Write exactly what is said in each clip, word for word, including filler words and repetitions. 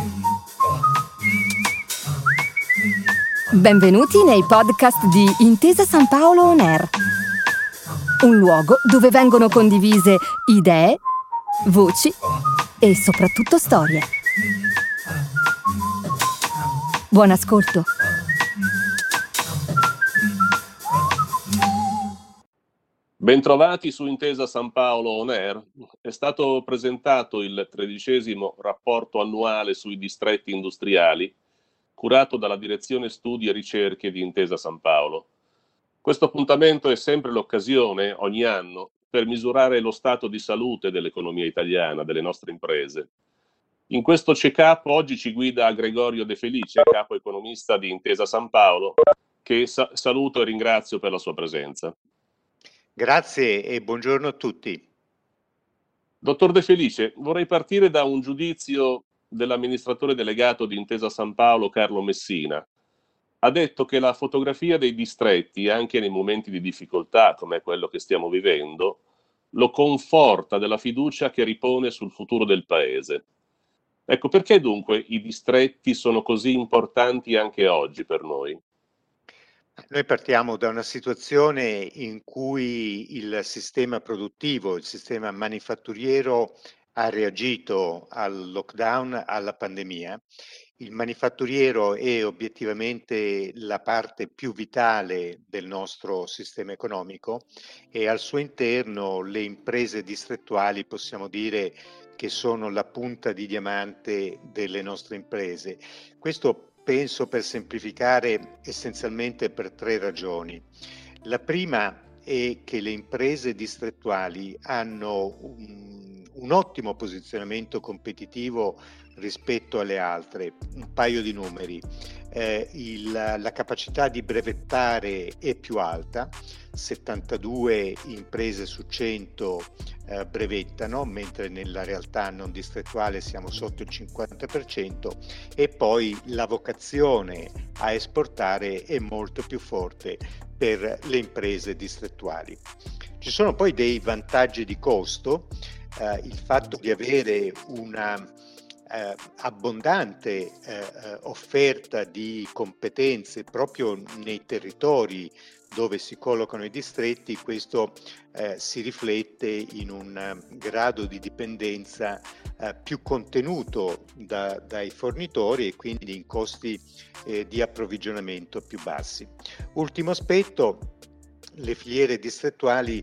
Benvenuti nei podcast di Intesa San Paolo On Air, un luogo dove vengono condivise idee, voci e soprattutto storie. Buon ascolto. Bentrovati su Intesa San Paolo On Air. È stato presentato il tredicesimo rapporto annuale sui distretti industriali, curato dalla Direzione Studi e Ricerche di Intesa San Paolo. Questo appuntamento è sempre l'occasione, ogni anno, per misurare lo stato di salute dell'economia italiana, delle nostre imprese. In questo check-up oggi ci guida Gregorio De Felice, capo economista di Intesa San Paolo, che sa- saluto e ringrazio per la sua presenza. Grazie e buongiorno a tutti. Dottor De Felice, vorrei partire da un giudizio dell'amministratore delegato di Intesa San Paolo, Carlo Messina. Ha detto che la fotografia dei distretti, anche nei momenti di difficoltà come quello che stiamo vivendo, lo conforta della fiducia che ripone sul futuro del paese. Ecco, perché dunque i distretti sono così importanti anche oggi per noi? Noi partiamo da una situazione in cui il sistema produttivo, il sistema manifatturiero ha reagito al lockdown, alla pandemia. Il manifatturiero è obiettivamente la parte più vitale del nostro sistema economico e al suo interno le imprese distrettuali possiamo dire che sono la punta di diamante delle nostre imprese. Questo penso, per semplificare, essenzialmente per tre ragioni. La prima è che le imprese distrettuali hanno un, un ottimo posizionamento competitivo rispetto alle altre. Un paio di numeri. Eh, il, la capacità di brevettare è più alta, settantadue imprese su cento eh, brevettano, mentre nella realtà non distrettuale siamo sotto il cinquanta per cento, e poi la vocazione a esportare è molto più forte per le imprese distrettuali. Ci sono poi dei vantaggi di costo, eh, il fatto di avere una Eh, abbondante eh, offerta di competenze proprio nei territori dove si collocano i distretti. Questo eh, si riflette in un uh, grado di dipendenza uh, più contenuto da, dai fornitori e quindi in costi eh, di approvvigionamento più bassi. Ultimo aspetto, le filiere distrettuali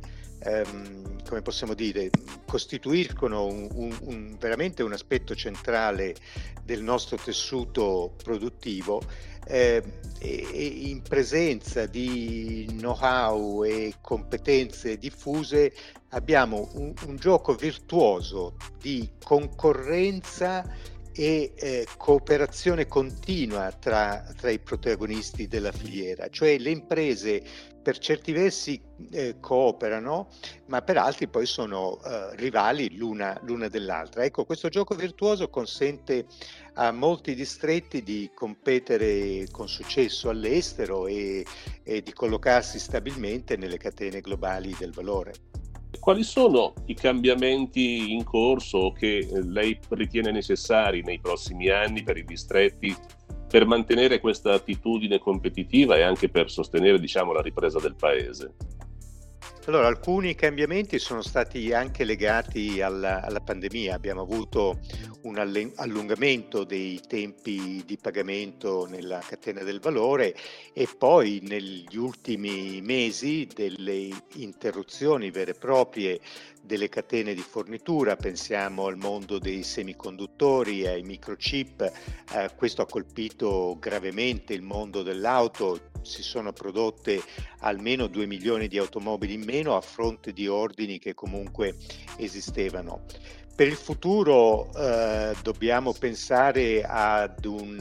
ehm, come possiamo dire, costituiscono un, un, un, veramente un aspetto centrale del nostro tessuto produttivo eh, e, e in presenza di know-how e competenze diffuse abbiamo un, un gioco virtuoso di concorrenza e eh, cooperazione continua tra, tra i protagonisti della filiera, cioè le imprese per certi versi eh, cooperano, ma per altri poi sono eh, rivali l'una, l'una dell'altra. Ecco, questo gioco virtuoso consente a molti distretti di competere con successo all'estero e, e di collocarsi stabilmente nelle catene globali del valore. Quali sono i cambiamenti in corso che lei ritiene necessari nei prossimi anni per i distretti per mantenere questa attitudine competitiva e anche per sostenere, diciamo, la ripresa del paese? Allora, alcuni cambiamenti sono stati anche legati alla, alla pandemia. Abbiamo avuto un allungamento dei tempi di pagamento nella catena del valore e poi negli ultimi mesi delle interruzioni vere e proprie delle catene di fornitura. Pensiamo al mondo dei semiconduttori, ai microchip. Eh, questo ha colpito gravemente il mondo dell'auto. Si sono prodotte almeno due milioni di automobili in meno a fronte di ordini che comunque esistevano. Per il futuro eh, dobbiamo pensare ad un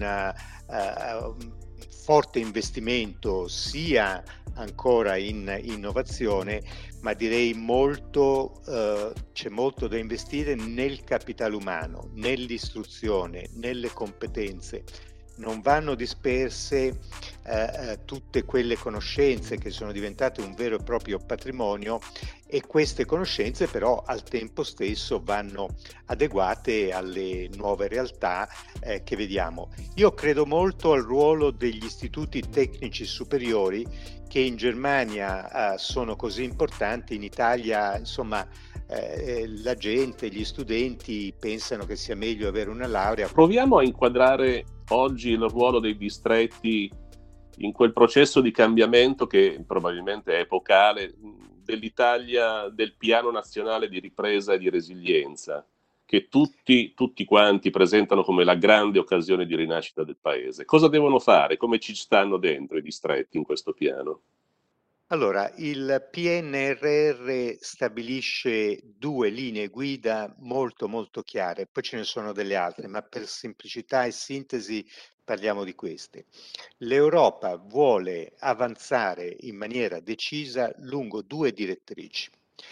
uh, forte investimento sia ancora in innovazione, ma direi molto, eh, c'è molto da investire nel capitale umano, nell'istruzione, nelle competenze. non vanno disperse eh, eh, tutte quelle conoscenze che sono diventate un vero e proprio patrimonio, e queste conoscenze però al tempo stesso vanno adeguate alle nuove realtà eh, che vediamo. Io credo molto al ruolo degli istituti tecnici superiori, che in Germania eh, sono così importanti, in Italia insomma eh, la gente, gli studenti pensano che sia meglio avere una laurea. Proviamo a inquadrare oggi il ruolo dei distretti in quel processo di cambiamento che probabilmente è epocale dell'Italia, del Piano Nazionale di Ripresa e di Resilienza, che tutti, tutti quanti presentano come la grande occasione di rinascita del Paese. Cosa devono fare? Come ci stanno dentro i distretti in questo piano? Allora, il P N R R stabilisce due linee guida molto molto chiare, poi ce ne sono delle altre, ma per semplicità e sintesi parliamo di queste. L'Europa vuole avanzare in maniera decisa lungo due direttrici: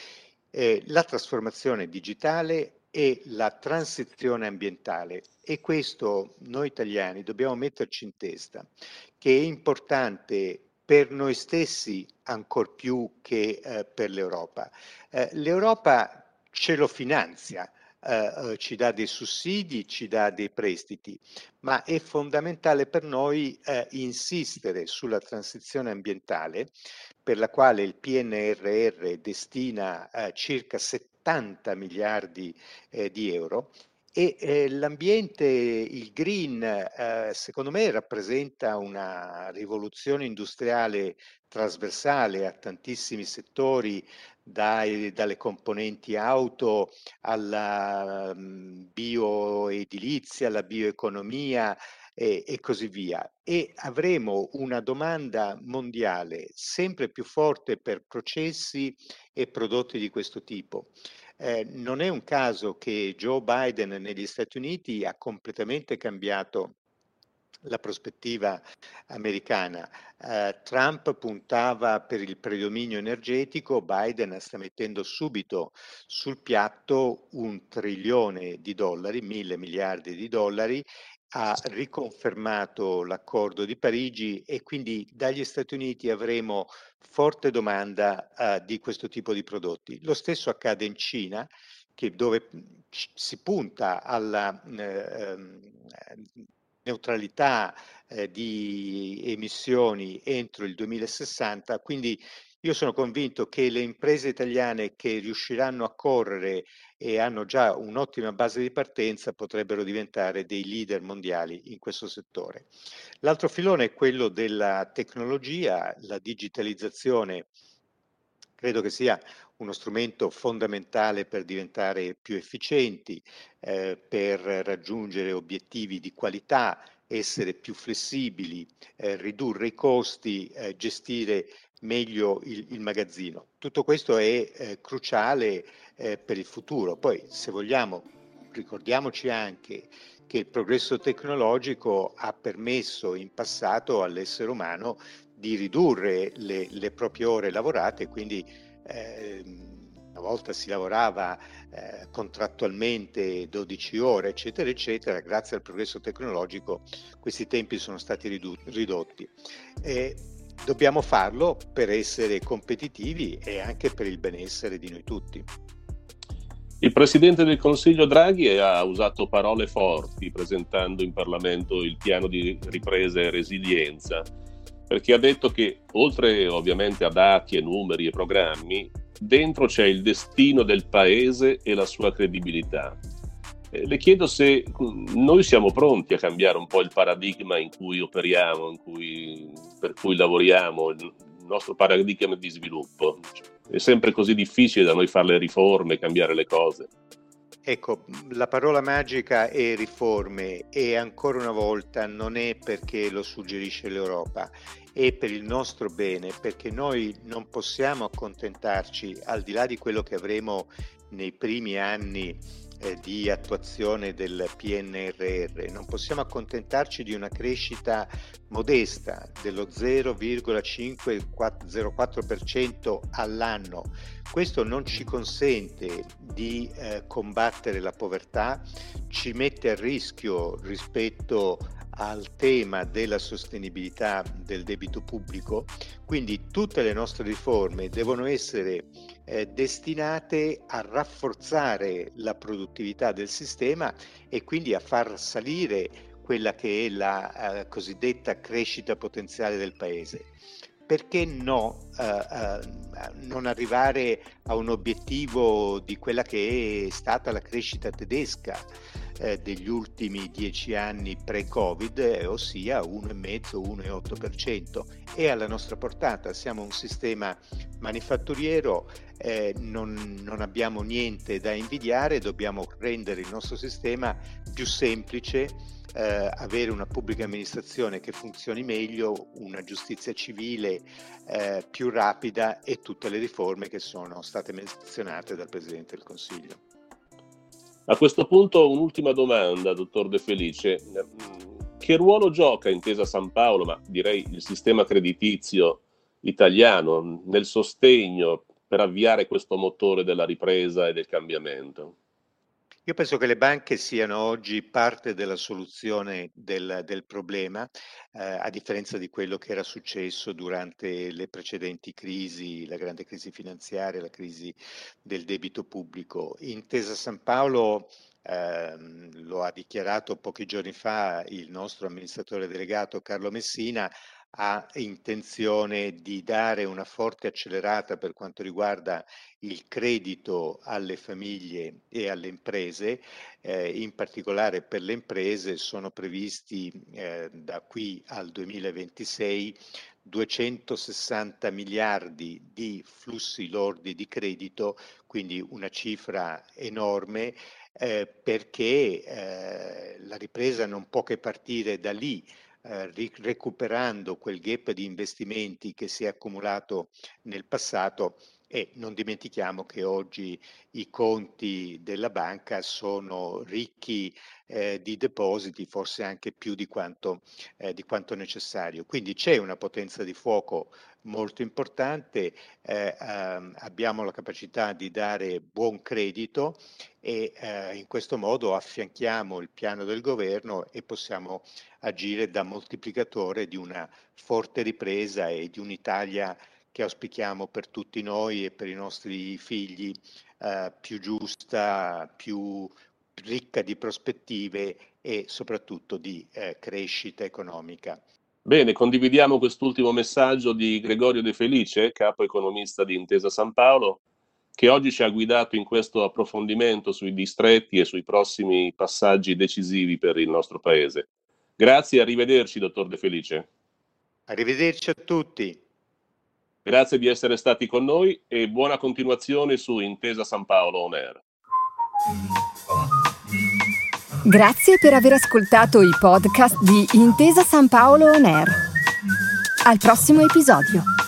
eh, la trasformazione digitale e la transizione ambientale, e questo noi italiani dobbiamo metterci in testa, che è importante per noi stessi ancor più che eh, per l'Europa. Eh, L'Europa ce lo finanzia, eh, ci dà dei sussidi, ci dà dei prestiti, ma è fondamentale per noi eh, insistere sulla transizione ambientale, per la quale il P N R R destina eh, circa settanta miliardi eh, di euro. E eh, l'ambiente, il green, eh, secondo me rappresenta una rivoluzione industriale trasversale a tantissimi settori, dai, dalle componenti auto alla um, bioedilizia, alla bioeconomia e, e così via. E avremo una domanda mondiale sempre più forte per processi e prodotti di questo tipo. Eh, non è un caso che Joe Biden negli Stati Uniti ha completamente cambiato la prospettiva americana. Eh, Trump puntava per il predominio energetico, Biden sta mettendo subito sul piatto un trilione di dollari, mille miliardi di dollari, ha riconfermato l'accordo di Parigi, e quindi dagli Stati Uniti avremo forte domanda uh, di questo tipo di prodotti. Lo stesso accade in Cina, che dove si punta alla eh, neutralità eh, di emissioni entro il duemilasessanta, quindi io sono convinto che le imprese italiane che riusciranno a correre e hanno già un'ottima base di partenza potrebbero diventare dei leader mondiali in questo settore. L'altro filone è quello della tecnologia, la digitalizzazione. Credo che sia uno strumento fondamentale per diventare più efficienti, eh, per raggiungere obiettivi di qualità, essere più flessibili, eh, ridurre i costi, eh, gestire meglio il, il magazzino. Tutto questo è eh, cruciale eh, per il futuro. Poi, se vogliamo, ricordiamoci anche che il progresso tecnologico ha permesso in passato all'essere umano di ridurre le, le proprie ore lavorate, quindi eh, una volta si lavorava eh, contrattualmente dodici ore, eccetera, eccetera. Grazie al progresso tecnologico questi tempi sono stati ridu- ridotti. Eh, dobbiamo farlo per essere competitivi e anche per il benessere di noi tutti. Il Presidente del Consiglio Draghi ha usato parole forti presentando in Parlamento il piano di ripresa e resilienza, perché ha detto che oltre ovviamente a dati e numeri e programmi, dentro c'è il destino del Paese e la sua credibilità. Eh, le chiedo se noi siamo pronti a cambiare un po' il paradigma in cui operiamo, in cui, per cui lavoriamo, il nostro paradigma di sviluppo. È sempre così difficile da noi fare le riforme, cambiare le cose. Ecco, la parola magica è riforme, e ancora una volta non è perché lo suggerisce l'Europa, è per il nostro bene, perché noi non possiamo accontentarci, al di là di quello che avremo nei primi anni eh, di attuazione del P N R R, non possiamo accontentarci di una crescita modesta dello zero virgola cinquecentoquattro per cento all'anno. Questo non ci consente di eh, combattere la povertà, ci mette a rischio rispetto al tema della sostenibilità del debito pubblico, quindi tutte le nostre riforme devono essere eh, destinate a rafforzare la produttività del sistema e quindi a far salire quella che è la eh, cosiddetta crescita potenziale del Paese. Perché no eh, eh, non arrivare a un obiettivo di quella che è stata la crescita tedesca eh, degli ultimi dieci anni pre-Covid, eh, ossia uno virgola cinque uno virgola otto per cento? È alla nostra portata, siamo un sistema manifatturiero, eh, non, non abbiamo niente da invidiare, dobbiamo rendere il nostro sistema più semplice, Eh, avere una pubblica amministrazione che funzioni meglio, una giustizia civile eh, più rapida e tutte le riforme che sono state menzionate dal Presidente del Consiglio. A questo punto un'ultima domanda, dottor De Felice. Che ruolo gioca Intesa San Paolo, ma direi il sistema creditizio italiano, nel sostegno per avviare questo motore della ripresa e del cambiamento? Io penso che le banche siano oggi parte della soluzione del, del problema, eh, a differenza di quello che era successo durante le precedenti crisi, la grande crisi finanziaria, la crisi del debito pubblico. Intesa San Paolo, eh, lo ha dichiarato pochi giorni fa il nostro amministratore delegato Carlo Messina, ha intenzione di dare una forte accelerata per quanto riguarda il credito alle famiglie e alle imprese, eh, in particolare per le imprese sono previsti eh, da qui al duemilaventisei duecentosessanta miliardi di flussi lordi di credito, quindi una cifra enorme, eh, perché eh, la ripresa non può che partire da lì, Eh, recuperando quel gap di investimenti che si è accumulato nel passato. E non dimentichiamo che oggi i conti della banca sono ricchi eh, di depositi, forse anche più di quanto, eh, di quanto necessario. Quindi c'è una potenza di fuoco molto importante, eh, ehm, abbiamo la capacità di dare buon credito e eh, in questo modo affianchiamo il piano del governo e possiamo agire da moltiplicatore di una forte ripresa e di un'Italia che auspichiamo per tutti noi e per i nostri figli, eh, più giusta, più ricca di prospettive e soprattutto di eh, crescita economica. Bene, condividiamo quest'ultimo messaggio di Gregorio De Felice, capo economista di Intesa San Paolo, che oggi ci ha guidato in questo approfondimento sui distretti e sui prossimi passaggi decisivi per il nostro Paese. Grazie e arrivederci, dottor De Felice. Arrivederci a tutti. Grazie di essere stati con noi e buona continuazione su Intesa San Paolo On Air. Grazie per aver ascoltato i podcast di Intesa San Paolo On Air. Al prossimo episodio.